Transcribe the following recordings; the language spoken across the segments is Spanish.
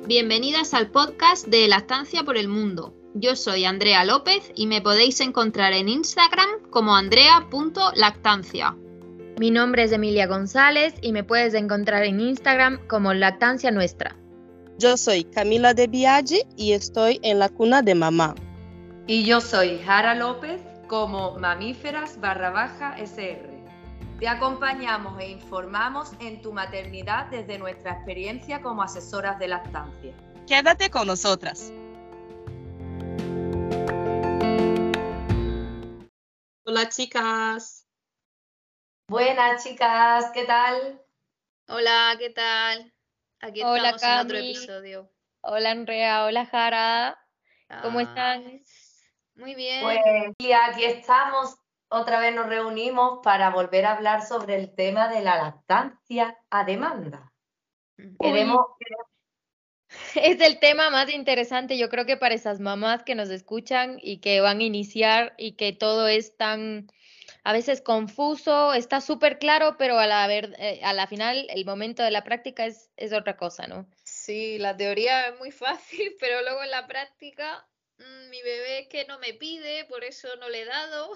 Bienvenidas al podcast de Lactancia por el Mundo. Yo soy Andrea López y me podéis encontrar en Instagram como andrea.lactancia. Mi nombre es Emilia González y me puedes encontrar en Instagram como Lactancia Nuestra. Yo soy Camila de Biaggi y estoy en la cuna de mamá. Y yo soy Jara López como mamíferas_SR. Te acompañamos e informamos en tu maternidad desde nuestra experiencia como asesoras de lactancia. Quédate con nosotras. Hola chicas. Buenas chicas, ¿qué tal? Hola, ¿qué tal? Aquí Hola, estamos en otro Cami. episodio. Hola Andrea, hola Jara. ¿Cómo están? Muy bien. Pues aquí estamos, otra vez nos reunimos para volver a hablar sobre el tema de la lactancia a demanda. Es el tema más interesante, yo creo que para esas mamás que nos escuchan y que van a iniciar y que todo es tan a veces confuso, está súper claro, pero a la final el momento de la práctica es otra cosa, ¿no? Sí, la teoría es muy fácil, pero luego en la práctica mi bebé es que no me pide, por eso no le he dado,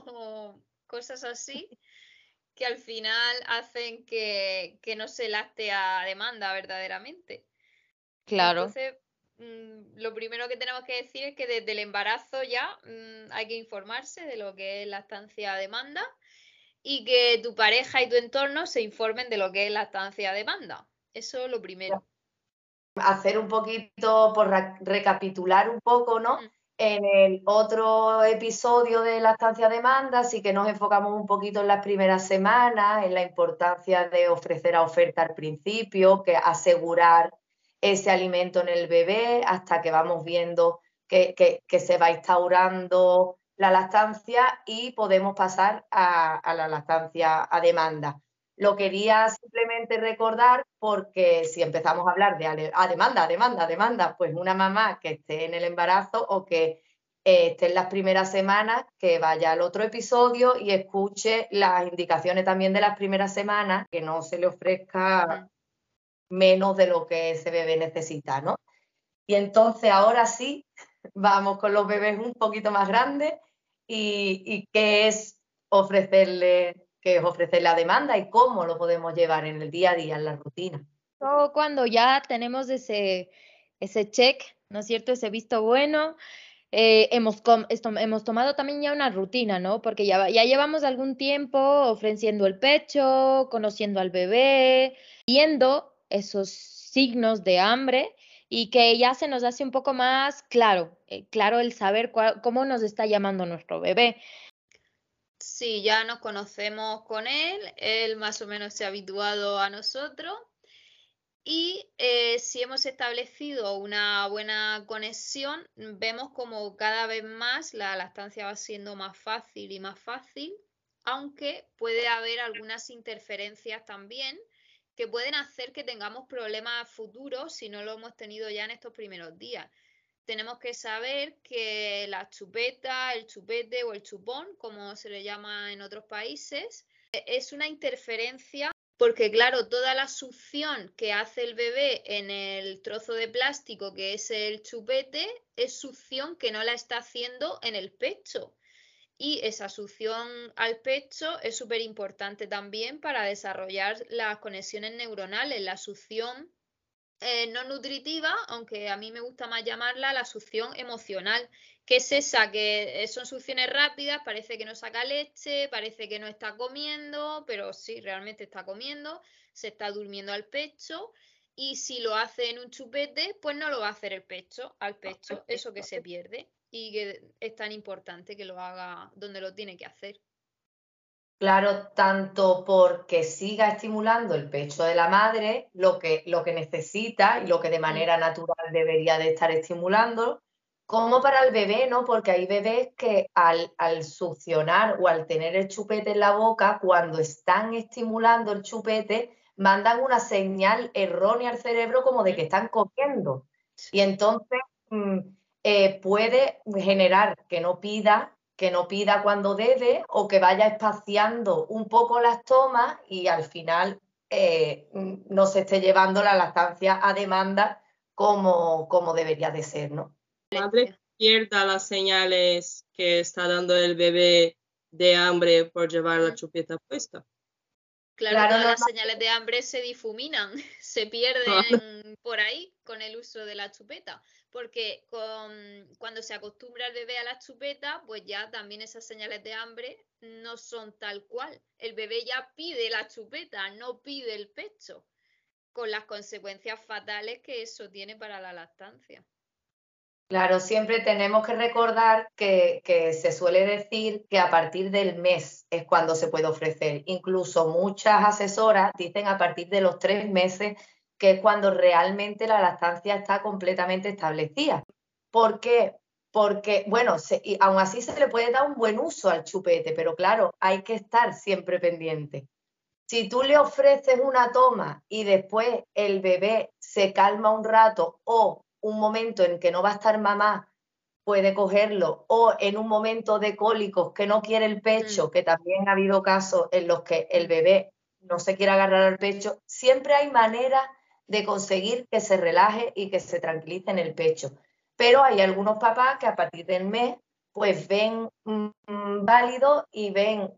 o cosas así, que al final hacen que no se lacte a demanda verdaderamente. Claro. Entonces, lo primero que tenemos que decir es que desde el embarazo ya hay que informarse de lo que es lactancia a demanda y que tu pareja y tu entorno se informen de lo que es lactancia a demanda. Eso es lo primero. Hacer un poquito, por recapitular un poco, ¿no? En el otro episodio de lactancia a demanda sí que nos enfocamos un poquito en las primeras semanas, en la importancia de ofrecer a oferta al principio, que asegurar ese alimento en el bebé hasta que vamos viendo que se va instaurando la lactancia y podemos pasar a la lactancia a demanda. Lo quería simplemente recordar porque si empezamos a hablar de demanda, pues una mamá que esté en el embarazo o que esté en las primeras semanas, que vaya al otro episodio y escuche las indicaciones también de las primeras semanas, que no se le ofrezca menos de lo que ese bebé necesita, ¿no? Y entonces ahora sí, vamos con los bebés un poquito más grandes y qué es ofrecerle la demanda y cómo lo podemos llevar en el día a día, en la rutina. Cuando ya tenemos ese check, ¿no es cierto? Ese visto bueno, hemos tomado también ya una rutina, ¿no? Porque ya llevamos algún tiempo ofreciendo el pecho, conociendo al bebé, viendo esos signos de hambre y que ya se nos hace un poco más claro el saber cómo nos está llamando nuestro bebé. Sí, ya nos conocemos con él más o menos se ha habituado a nosotros y si hemos establecido una buena conexión, vemos como cada vez más la lactancia va siendo más fácil y más fácil, aunque puede haber algunas interferencias también que pueden hacer que tengamos problemas futuros si no lo hemos tenido ya en estos primeros días. Tenemos que saber que la chupeta, el chupete o el chupón, como se le llama en otros países, es una interferencia porque, claro, toda la succión que hace el bebé en el trozo de plástico que es el chupete es succión que no la está haciendo en el pecho. Y esa succión al pecho es súper importante también para desarrollar las conexiones neuronales, la succión no nutritiva, aunque a mí me gusta más llamarla la succión emocional, que es esa, que son succiones rápidas, parece que no saca leche, parece que no está comiendo, pero sí, realmente está comiendo, se está durmiendo al pecho, y si lo hace en un chupete, pues no lo va a hacer al pecho, eso que se pierde, y que es tan importante que lo haga donde lo tiene que hacer. Claro, tanto porque siga estimulando el pecho de la madre, lo que necesita y lo que de manera natural debería de estar estimulando, como para el bebé, ¿no? Porque hay bebés que al succionar o al tener el chupete en la boca, cuando están estimulando el chupete, mandan una señal errónea al cerebro como de que están comiendo. Y entonces puede generar que no pida cuando debe o que vaya espaciando un poco las tomas y al final no se esté llevando la lactancia a demanda como debería de ser, ¿no? La madre pierda las señales que está dando el bebé de hambre por llevar la chupeta puesta. Claro, todas las señales de hambre se difuminan, se pierden por ahí con el uso de la chupeta, porque cuando se acostumbra el bebé a la chupeta, pues ya también esas señales de hambre no son tal cual. El bebé ya pide la chupeta, no pide el pecho, con las consecuencias fatales que eso tiene para la lactancia. Claro, siempre tenemos que recordar que se suele decir que a partir del mes es cuando se puede ofrecer. Incluso muchas asesoras dicen a partir de los 3 meses, que es cuando realmente la lactancia está completamente establecida. ¿Por qué? Porque, bueno, y aún así se le puede dar un buen uso al chupete, pero claro, hay que estar siempre pendiente. Si tú le ofreces una toma y después el bebé se calma un rato o un momento en que no va a estar mamá puede cogerlo, o en un momento de cólicos que no quiere el pecho, que también ha habido casos en los que el bebé no se quiere agarrar al pecho, siempre hay maneras de conseguir que se relaje y que se tranquilice en el pecho. Pero hay algunos papás que a partir del mes pues ven válido y ven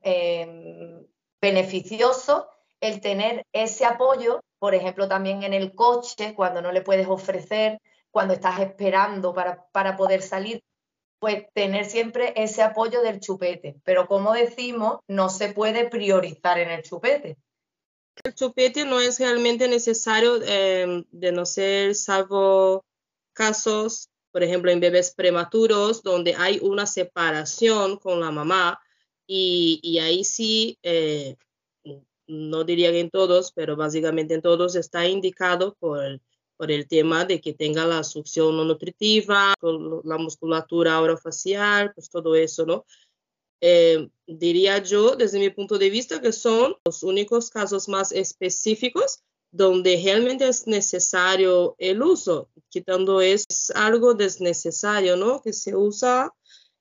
beneficioso el tener ese apoyo, por ejemplo, también en el coche, cuando no le puedes ofrecer, cuando estás esperando para poder salir, pues tener siempre ese apoyo del chupete. Pero como decimos, no se puede priorizar en el chupete. El chupete no es realmente necesario, de no ser salvo casos, por ejemplo, en bebés prematuros, donde hay una separación con la mamá, y ahí sí, no diría que en todos, pero básicamente en todos está indicado por el tema de que tenga la succión no nutritiva, con la musculatura orofacial, pues todo eso, ¿no? Diría yo, desde mi punto de vista, que son los únicos casos más específicos donde realmente es necesario el uso. Quitando eso, es algo desnecesario, ¿no? Que se usa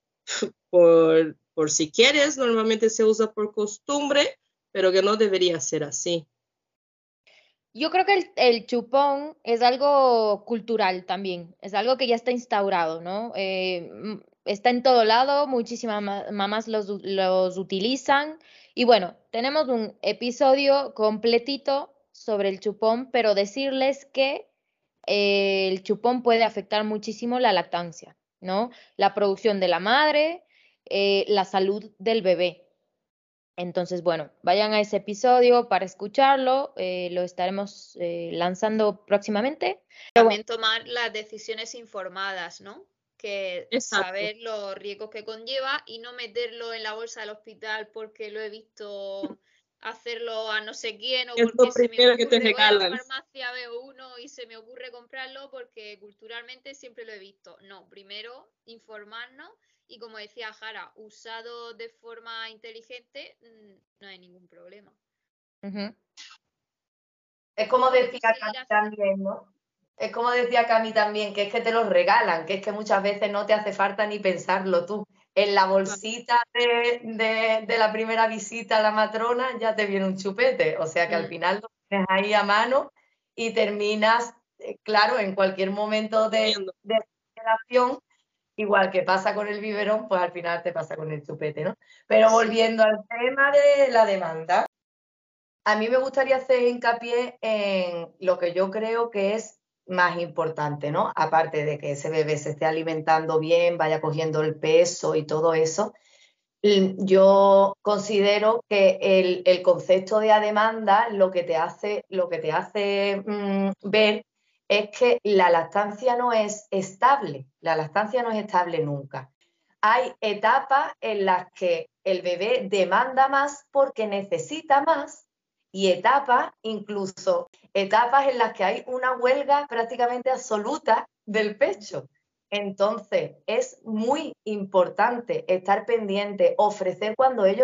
por si quieres, normalmente se usa por costumbre, pero que no debería ser así. Yo creo que el chupón es algo cultural también, es algo que ya está instaurado, ¿no? Está en todo lado, muchísimas mamás los utilizan y bueno, tenemos un episodio completito sobre el chupón, pero decirles que el chupón puede afectar muchísimo la lactancia, ¿no? La producción de la madre, la salud del bebé. Entonces, bueno, vayan a ese episodio para escucharlo, lo estaremos lanzando próximamente. También tomar las decisiones informadas, ¿no? Que Exacto. saber los riesgos que conlleva y no meterlo en la bolsa del hospital porque lo he visto hacerlo a no sé quién o Es porque lo se me primero que te ocurre, voy a la regalan. farmacia, veo uno y se me ocurre comprarlo porque culturalmente siempre lo he visto. No, primero informarnos y como decía Jara, usado de forma inteligente, no hay ningún problema. Ujú. Es como decía seguir Cami así. también, ¿no? Es como decía Cami también, que es que te los regalan, que es que muchas veces no te hace falta ni pensarlo tú. En la bolsita de la primera visita a la matrona ya te viene un chupete, o sea que al final lo tienes ahí a mano y terminas, claro, en cualquier momento de relación, igual que pasa con el biberón, pues al final te pasa con el chupete, ¿no? Pero volviendo al tema de la demanda, a mí me gustaría hacer hincapié en lo que yo creo que es más importante, ¿no? Aparte de que ese bebé se esté alimentando bien, vaya cogiendo el peso y todo eso, yo considero que el concepto de a demanda lo que te hace ver es que la lactancia no es estable, la lactancia no es estable nunca. Hay etapas en las que el bebé demanda más porque necesita más y incluso etapas en las que hay una huelga prácticamente absoluta del pecho. Entonces, es muy importante estar pendiente, ofrecer cuando ellos,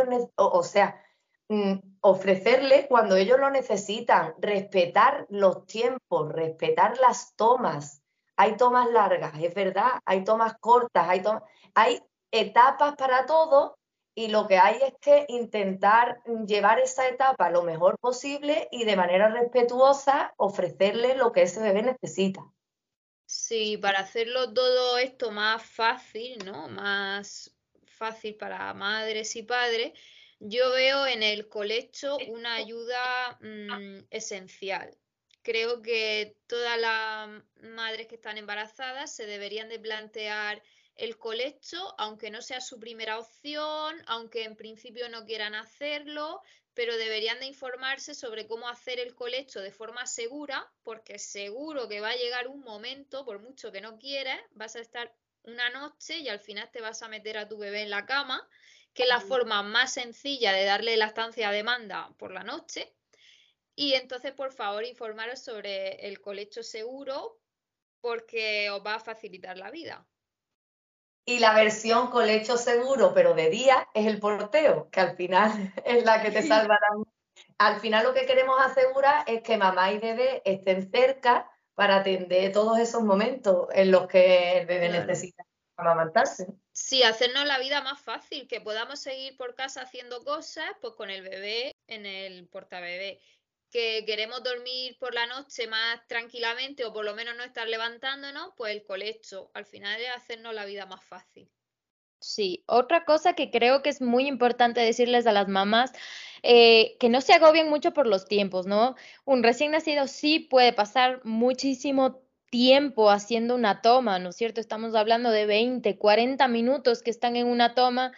ofrecerle cuando ellos lo necesitan, respetar los tiempos, respetar las tomas. Hay tomas largas, es verdad, hay tomas cortas, hay etapas para todo y lo que hay es que intentar llevar esa etapa lo mejor posible y de manera respetuosa ofrecerle lo que ese bebé necesita. Sí, para hacerlo todo esto más fácil, ¿no? Más fácil para madres y padres, yo veo en el colecho una ayuda esencial. Creo que todas las madres que están embarazadas se deberían de plantear el colecho, aunque no sea su primera opción, aunque en principio no quieran hacerlo, pero deberían de informarse sobre cómo hacer el colecho de forma segura, porque seguro que va a llegar un momento, por mucho que no quieras, vas a estar una noche y al final te vas a meter a tu bebé en la cama, que es la forma más sencilla de darle lactancia a demanda por la noche. Y entonces, por favor, informaros sobre el colecho seguro porque os va a facilitar la vida. Y la versión colecho seguro, pero de día, es el porteo, que al final es la que te salva la... Al final lo que queremos asegurar es que mamá y bebé estén cerca para atender todos esos momentos en los que el bebé Claro. necesita amamantarse. Sí, hacernos la vida más fácil, que podamos seguir por casa haciendo cosas, pues con el bebé en el portabebé. Que queremos dormir por la noche más tranquilamente o por lo menos no estar levantándonos, pues el colecho. Al final es hacernos la vida más fácil. Sí, otra cosa que creo que es muy importante decirles a las mamás, que no se agobien mucho por los tiempos, ¿no? Un recién nacido sí puede pasar muchísimo tiempo haciendo una toma, ¿no es cierto? Estamos hablando de 20, 40 minutos que están en una toma.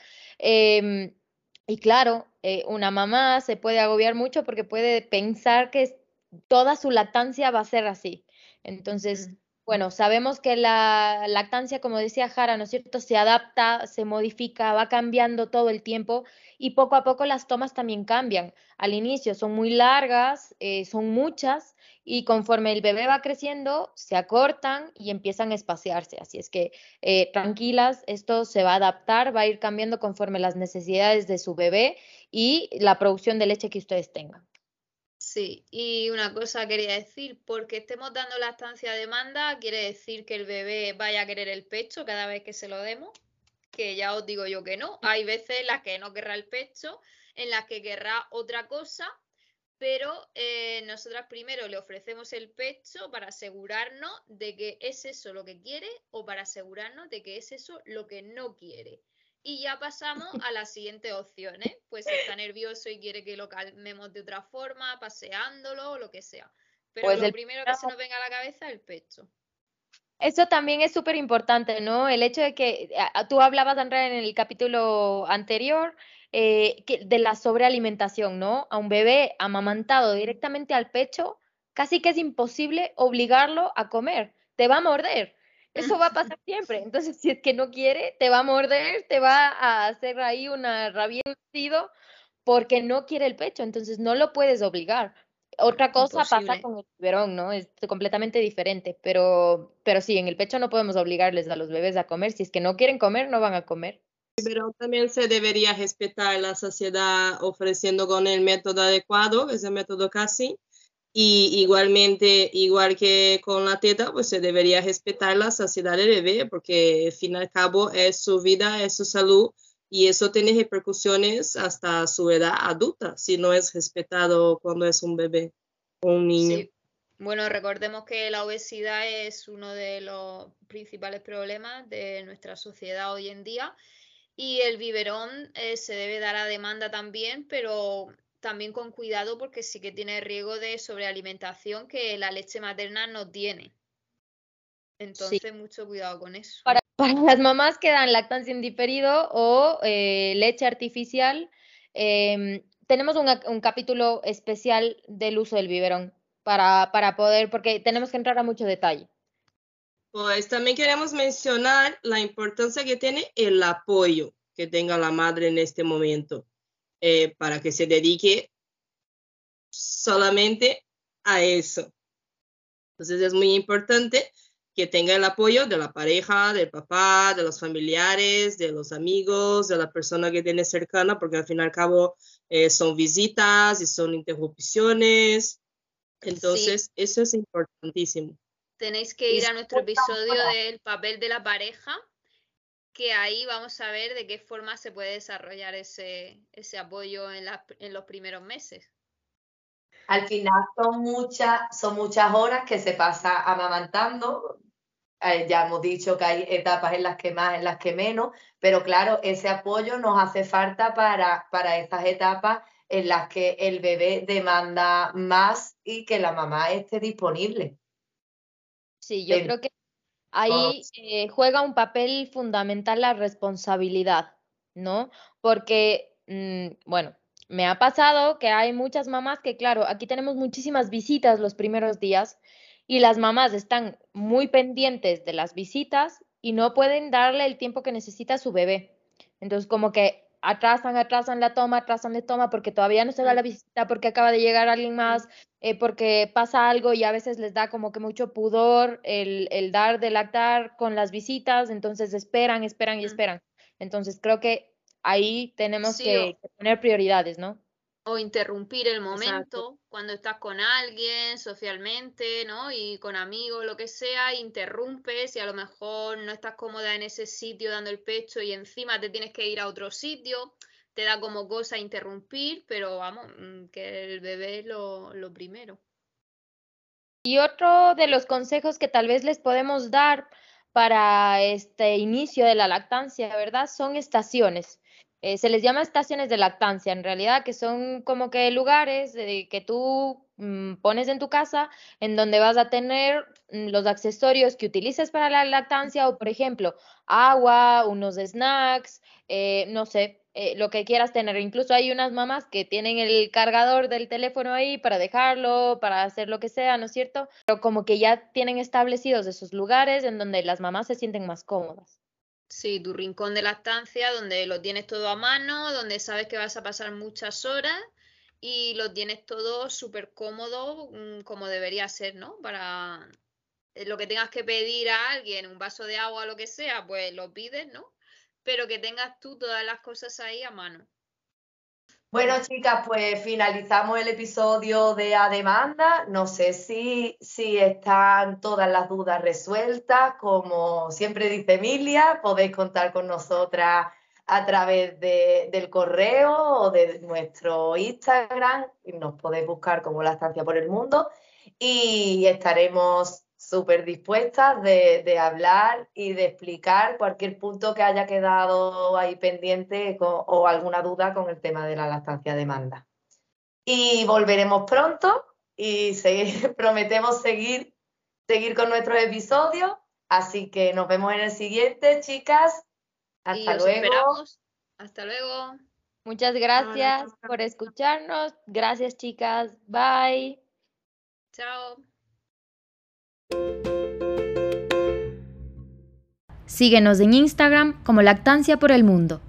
Y claro, una mamá se puede agobiar mucho porque puede pensar que toda su lactancia va a ser así. Entonces, bueno, sabemos que la lactancia, como decía Jara, ¿no es cierto?, se adapta, se modifica, va cambiando todo el tiempo y poco a poco las tomas también cambian. Al inicio son muy largas, son muchas y conforme el bebé va creciendo, se acortan y empiezan a espaciarse. Así es que tranquilas, esto se va a adaptar, va a ir cambiando conforme las necesidades de su bebé y la producción de leche que ustedes tengan. Sí, y una cosa quería decir, porque estemos dando lactancia a demanda, quiere decir que el bebé vaya a querer el pecho cada vez que se lo demos, que ya os digo yo que no. Hay veces en las que no querrá el pecho, en las que querrá otra cosa, pero nosotras primero le ofrecemos el pecho para asegurarnos de que es eso lo que quiere o para asegurarnos de que es eso lo que no quiere. Y ya pasamos a las siguientes opciones, pues si está nervioso y quiere que lo calmemos de otra forma, paseándolo o lo que sea. Pero Pues lo el primero que se nos venga a la cabeza es el pecho. Eso también es súper importante, ¿no? El hecho de que tú hablabas, Andrea, en el capítulo anterior, de la sobrealimentación, ¿no? A un bebé amamantado directamente al pecho, casi que es imposible obligarlo a comer. Te va a morder. Eso va a pasar siempre. Entonces, si es que no quiere, te va a morder, te va a hacer ahí una rabiecido porque no quiere el pecho. Entonces, no lo puedes obligar. Otra cosa pasa Imposible. con el biberón, ¿no? Es completamente diferente, pero sí, en el pecho no podemos obligarles a los bebés a comer. Si es que no quieren comer, no van a comer. Pero también se debería respetar la saciedad ofreciendo con el método adecuado, que es el método CASI. Y igualmente, igual que con la teta, pues se debería respetar la saciedad del bebé, porque al fin y al cabo es su vida, es su salud, y eso tiene repercusiones hasta su edad adulta, si no es respetado cuando es un bebé o un niño. Sí. Bueno, recordemos que la obesidad es uno de los principales problemas de nuestra sociedad hoy en día y el biberón se debe dar a demanda también, pero también con cuidado porque sí que tiene riesgo de sobrealimentación que la leche materna no tiene. Sí. Entonces, mucho cuidado con eso. Para las mamás que dan lactancia en diferido o leche artificial, tenemos un capítulo especial del uso del biberón para poder, porque tenemos que entrar a mucho detalle. Pues también queremos mencionar la importancia que tiene el apoyo que tenga la madre en este momento, para que se dedique solamente a eso. Entonces es muy importante que tenga el apoyo de la pareja, del papá, de los familiares, de los amigos, de la persona que tiene cercana, porque al fin y al cabo son visitas y son interrupciones. Entonces, Sí, eso es importantísimo. tenéis que Y ir a son nuestro muchas episodio horas. del papel de la pareja, que ahí vamos a ver de qué forma se puede desarrollar ese apoyo en los primeros meses. Al final son muchas horas que se pasa amamantando, Ya hemos dicho que hay etapas en las que más, en las que menos, pero claro, ese apoyo nos hace falta para estas etapas en las que el bebé demanda más y que la mamá esté disponible. Sí, yo En- creo que ahí juega un papel fundamental la responsabilidad, ¿no? Porque, bueno, me ha pasado que hay muchas mamás que, claro, aquí tenemos muchísimas visitas los primeros días y las mamás están muy pendientes de las visitas y no pueden darle el tiempo que necesita a su bebé. Entonces, como que atrasan la toma porque todavía no se va la visita, porque acaba de llegar alguien más, porque pasa algo y a veces les da como que mucho pudor el dar de lactar con las visitas, entonces esperan y esperan. Entonces creo que ahí tenemos Sí, que poner prioridades, ¿no? o interrumpir el Exacto. momento cuando estás con alguien socialmente, ¿no? Y con amigos, lo que sea, interrumpes y a lo mejor no estás cómoda en ese sitio dando el pecho y encima te tienes que ir a otro sitio, te da como cosa interrumpir, pero vamos, que el bebé es lo primero. Y otro de los consejos que tal vez les podemos dar para este inicio de la lactancia, ¿verdad? Son estaciones. Se les llama estaciones de lactancia, en realidad, que son como que lugares que tú pones en tu casa en donde vas a tener los accesorios que utilices para la lactancia o, por ejemplo, agua, unos snacks, no sé, lo que quieras tener. Incluso hay unas mamás que tienen el cargador del teléfono ahí para dejarlo, para hacer lo que sea, ¿no es cierto? Pero como que ya tienen establecidos esos lugares en donde las mamás se sienten más cómodas. Sí, tu rincón de lactancia donde lo tienes todo a mano, donde sabes que vas a pasar muchas horas y lo tienes todo súper cómodo, como debería ser, ¿no? Para lo que tengas que pedir a alguien, un vaso de agua o lo que sea, pues lo pides, ¿no? Pero que tengas tú todas las cosas ahí a mano. Bueno, chicas, pues finalizamos el episodio de A Demanda. No sé si están todas las dudas resueltas. Como siempre dice Emilia, podéis contar con nosotras a través del correo o de nuestro Instagram. Nos podéis buscar como La Estancia por el Mundo y estaremos súper dispuestas de hablar y de explicar cualquier punto que haya quedado ahí pendiente o alguna duda con el tema de la lactancia a demanda. Y volveremos pronto y prometemos seguir con nuestros episodios. Así que nos vemos en el siguiente, chicas. Y Hasta os luego. esperamos. Hasta luego. Muchas Ahora, gracias por escucharnos. Gracias, chicas. Bye. Chao. Síguenos en Instagram como Lactancia por el Mundo.